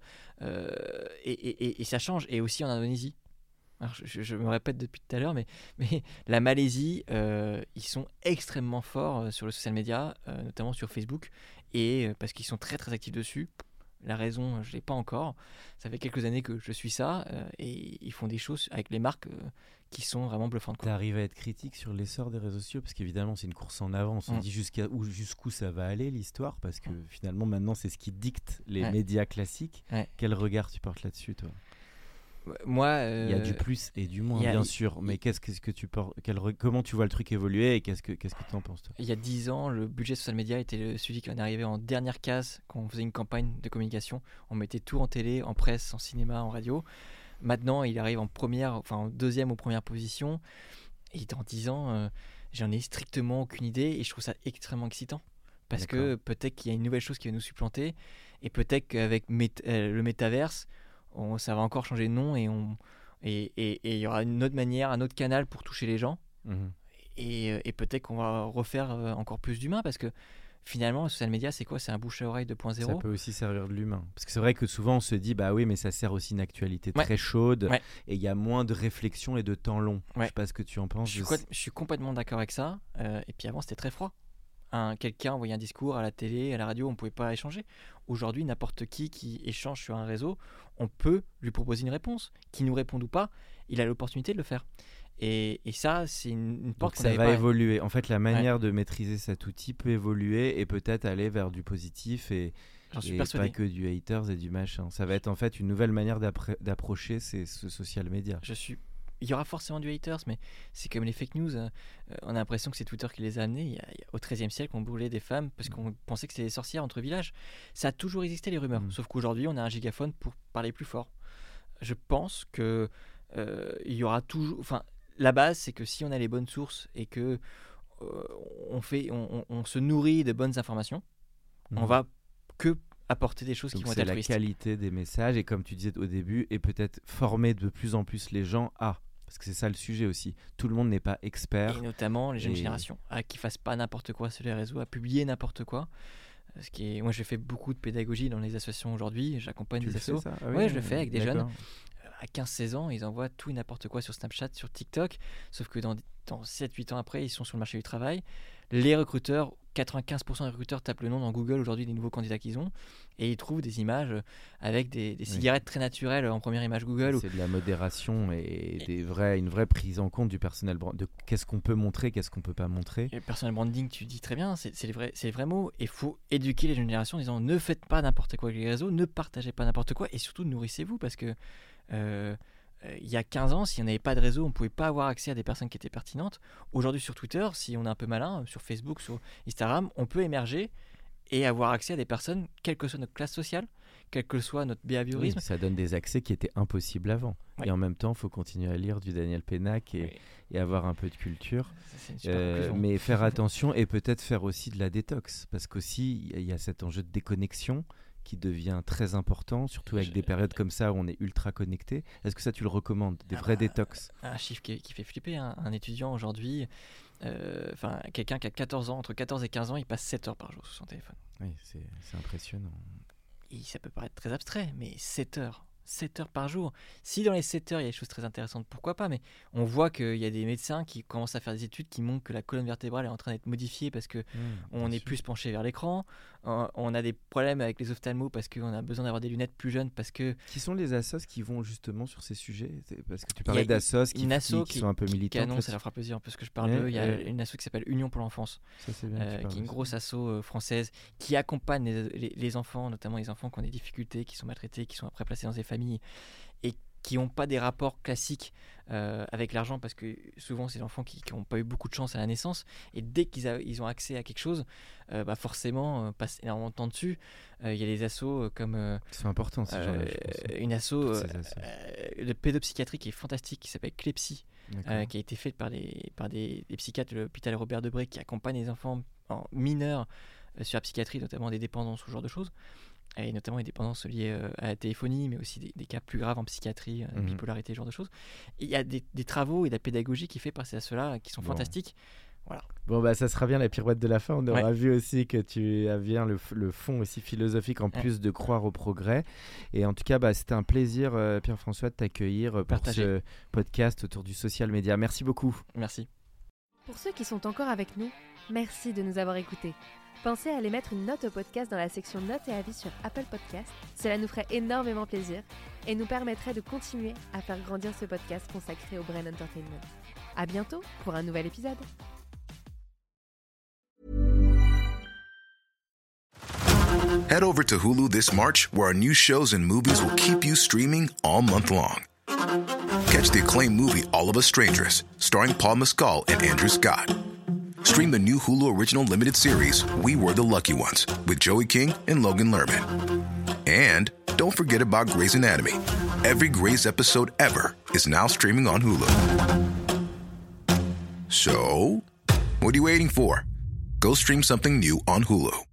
et ça change. Et aussi en Indonésie. Alors je me répète depuis tout à l'heure, mais la Malaisie, ils sont extrêmement forts sur le social media, notamment sur Facebook, et parce qu'ils sont très très actifs dessus. La raison, je ne l'ai pas encore. Ça fait quelques années que je suis ça, et ils font des choses avec les marques qui sont vraiment bluffantes. Tu arrives à être critique sur l'essor des réseaux sociaux parce qu'évidemment c'est une course en avant, on se dit jusqu'où ça va aller l'histoire parce que finalement maintenant c'est ce qui dicte les médias classiques. Quel regard tu portes là-dessus toi? Moi, il y a du plus et du moins bien sûr, mais qu'est-ce que tu portes, comment tu vois le truc évoluer et qu'est-ce que tu en penses toi? Il y a 10 ans, le budget social media était celui qui en arrivait en dernière case quand on faisait une campagne de communication. On mettait tout en télé, en presse, en cinéma, en radio. Maintenant, il arrive en deuxième ou première position. Et dans 10 ans, j'en ai strictement aucune idée et je trouve ça extrêmement excitant. Parce que peut-être qu'il y a une nouvelle chose qui va nous supplanter et peut-être qu'avec le métaverse, ça va encore changer de nom et il y aura une autre manière, un autre canal pour toucher les gens. Et peut-être qu'on va refaire encore plus d'humains parce que finalement, le social media, c'est quoi? C'est un bouche à oreille 2.0. Ça peut aussi servir de l'humain. Parce que c'est vrai que souvent, on se dit, bah oui, mais ça sert aussi une actualité très chaude et il y a moins de réflexion et de temps long. Je sais pas ce que tu en penses. Je suis complètement d'accord avec ça. Et puis avant, c'était très froid. Quelqu'un envoyait un discours à la télé, à la radio, on ne pouvait pas échanger. Aujourd'hui, n'importe qui échange sur un réseau, on peut lui proposer une réponse. Qu'il nous réponde ou pas, il a l'opportunité de le faire. Et ça, c'est une porte qu'on ça va évoluer. En fait, la manière de maîtriser cet outil peut évoluer et peut-être aller vers du positif et pas que du haters et du machin. Ça va être en fait une nouvelle manière d'approcher ce social media. Il y aura forcément du haters, mais c'est comme les fake news. On a l'impression que c'est Twitter qui les a amenés. Au XIIIe siècle, on brûlait des femmes parce qu'on pensait que c'était des sorcières entre villages. Ça a toujours existé, les rumeurs. Sauf qu'aujourd'hui, on a un gigaphone pour parler plus fort. Je pense que il y aura toujours... Enfin, la base, c'est que si on a les bonnes sources et que on se nourrit de bonnes informations, on va que apporter des choses qui vont être altruistes. C'est la qualité des messages et comme tu disais au début, et peut-être former de plus en plus les gens parce que c'est ça le sujet aussi. Tout le monde n'est pas expert. Et notamment les jeunes générations, qui ne fassent pas n'importe quoi sur les réseaux, à publier n'importe quoi. Moi, je fais beaucoup de pédagogie dans les associations aujourd'hui. J'accompagne des assos. Oui, je le fais avec des jeunes. À 15-16 ans, ils envoient tout et n'importe quoi sur Snapchat, sur TikTok. Sauf que dans 7-8 ans après, ils sont sur le marché du travail. Les recruteurs, 95% des recruteurs tapent le nom dans Google aujourd'hui des nouveaux candidats qu'ils ont et ils trouvent des images avec des cigarettes très naturelles en première image Google. C'est de la modération et une vraie prise en compte du personnel de qu'est-ce qu'on peut montrer, qu'est-ce qu'on peut pas montrer. Et le personal branding, tu dis très bien, c'est les vrais mots. Et il faut éduquer les générations en disant ne faites pas n'importe quoi avec les réseaux, ne partagez pas n'importe quoi et surtout nourrissez-vous parce que il y a 15 ans, si on n'avait pas de réseau, on ne pouvait pas avoir accès à des personnes qui étaient pertinentes. Aujourd'hui, sur Twitter, si on est un peu malin, sur Facebook, sur Instagram, on peut émerger et avoir accès à des personnes, quelle que soit notre classe sociale, quel que soit notre behaviorisme. Oui, ça donne des accès qui étaient impossibles avant. Oui. Et en même temps, il faut continuer à lire du Daniel Pénac et avoir un peu de culture. Mais faire attention et peut-être faire aussi de la détox. Parce qu'aussi, il y a cet enjeu de déconnexion qui devient très important, surtout avec des périodes comme ça où on est ultra connecté. Est-ce que ça, tu le recommandes, des vrais détox? Un chiffre qui fait flipper, un étudiant aujourd'hui, quelqu'un qui a 14 ans, entre 14 et 15 ans, il passe 7 heures par jour sur son téléphone. Oui, c'est impressionnant. Et ça peut paraître très abstrait, mais 7 heures par jour. Si dans les 7 heures, il y a des choses très intéressantes, pourquoi pas? Mais on voit qu'il y a des médecins qui commencent à faire des études qui montrent que la colonne vertébrale est en train d'être modifiée parce qu'on est plus penché vers l'écran. On a des problèmes avec les ophtalmos parce qu'on a besoin d'avoir des lunettes plus jeunes parce que... Qui sont les assos qui vont justement sur ces sujets? Parce que tu parlais d'assos qui sont un peu militants. Non, ça leur fera plaisir parce que je parle d'eux. Il y a une asso qui s'appelle Union pour l'enfance, ça, c'est bien, qui est une grosse asso française qui accompagne les enfants, notamment les enfants qui ont des difficultés, qui sont maltraités, qui sont après placés dans des familles et qui n'ont pas des rapports classiques avec l'argent parce que souvent c'est des enfants qui n'ont pas eu beaucoup de chance à la naissance et dès qu'ils ont accès à quelque chose, forcément passent énormément de temps dessus. Il y a des assos comme c'est important ces gens-là, je pense. Une asso de pédopsychiatrie qui est fantastique qui s'appelle Clepsy, qui a été faite par des psychiatres de l'hôpital Robert Debré qui accompagnent les enfants mineurs sur la psychiatrie, notamment des dépendances, ce genre de choses. Et notamment les dépendances liées à la téléphonie, mais aussi des cas plus graves en psychiatrie, bipolarité, ce genre de choses. Et il y a des travaux et de la pédagogie qui fait passer à cela qui sont fantastiques. Voilà. Bon, ça sera bien la pirouette de la fin. On aura vu aussi que tu as bien le fond aussi philosophique en plus de croire au progrès. Et en tout cas, c'était un plaisir, Pierre-François, de t'accueillir pour ce podcast autour du social media. Merci beaucoup. Merci. Pour ceux qui sont encore avec nous, merci de nous avoir écoutés. Pensez à aller mettre une note au podcast dans la section notes et avis sur Apple Podcasts. Cela nous ferait énormément plaisir et nous permettrait de continuer à faire grandir ce podcast consacré au Brain Entertainment. À bientôt pour un nouvel épisode. Head over to Hulu this March, where our new shows and movies will keep you streaming all month long. Catch the acclaimed movie All of Us Strangers, starring Paul Mescal and Andrew Scott. Stream the new Hulu original limited series We Were the Lucky Ones with Joey King and Logan Lerman. And don't forget about Grey's Anatomy. Every Grey's episode ever is now streaming on Hulu. So, what are you waiting for? Go stream something new on Hulu.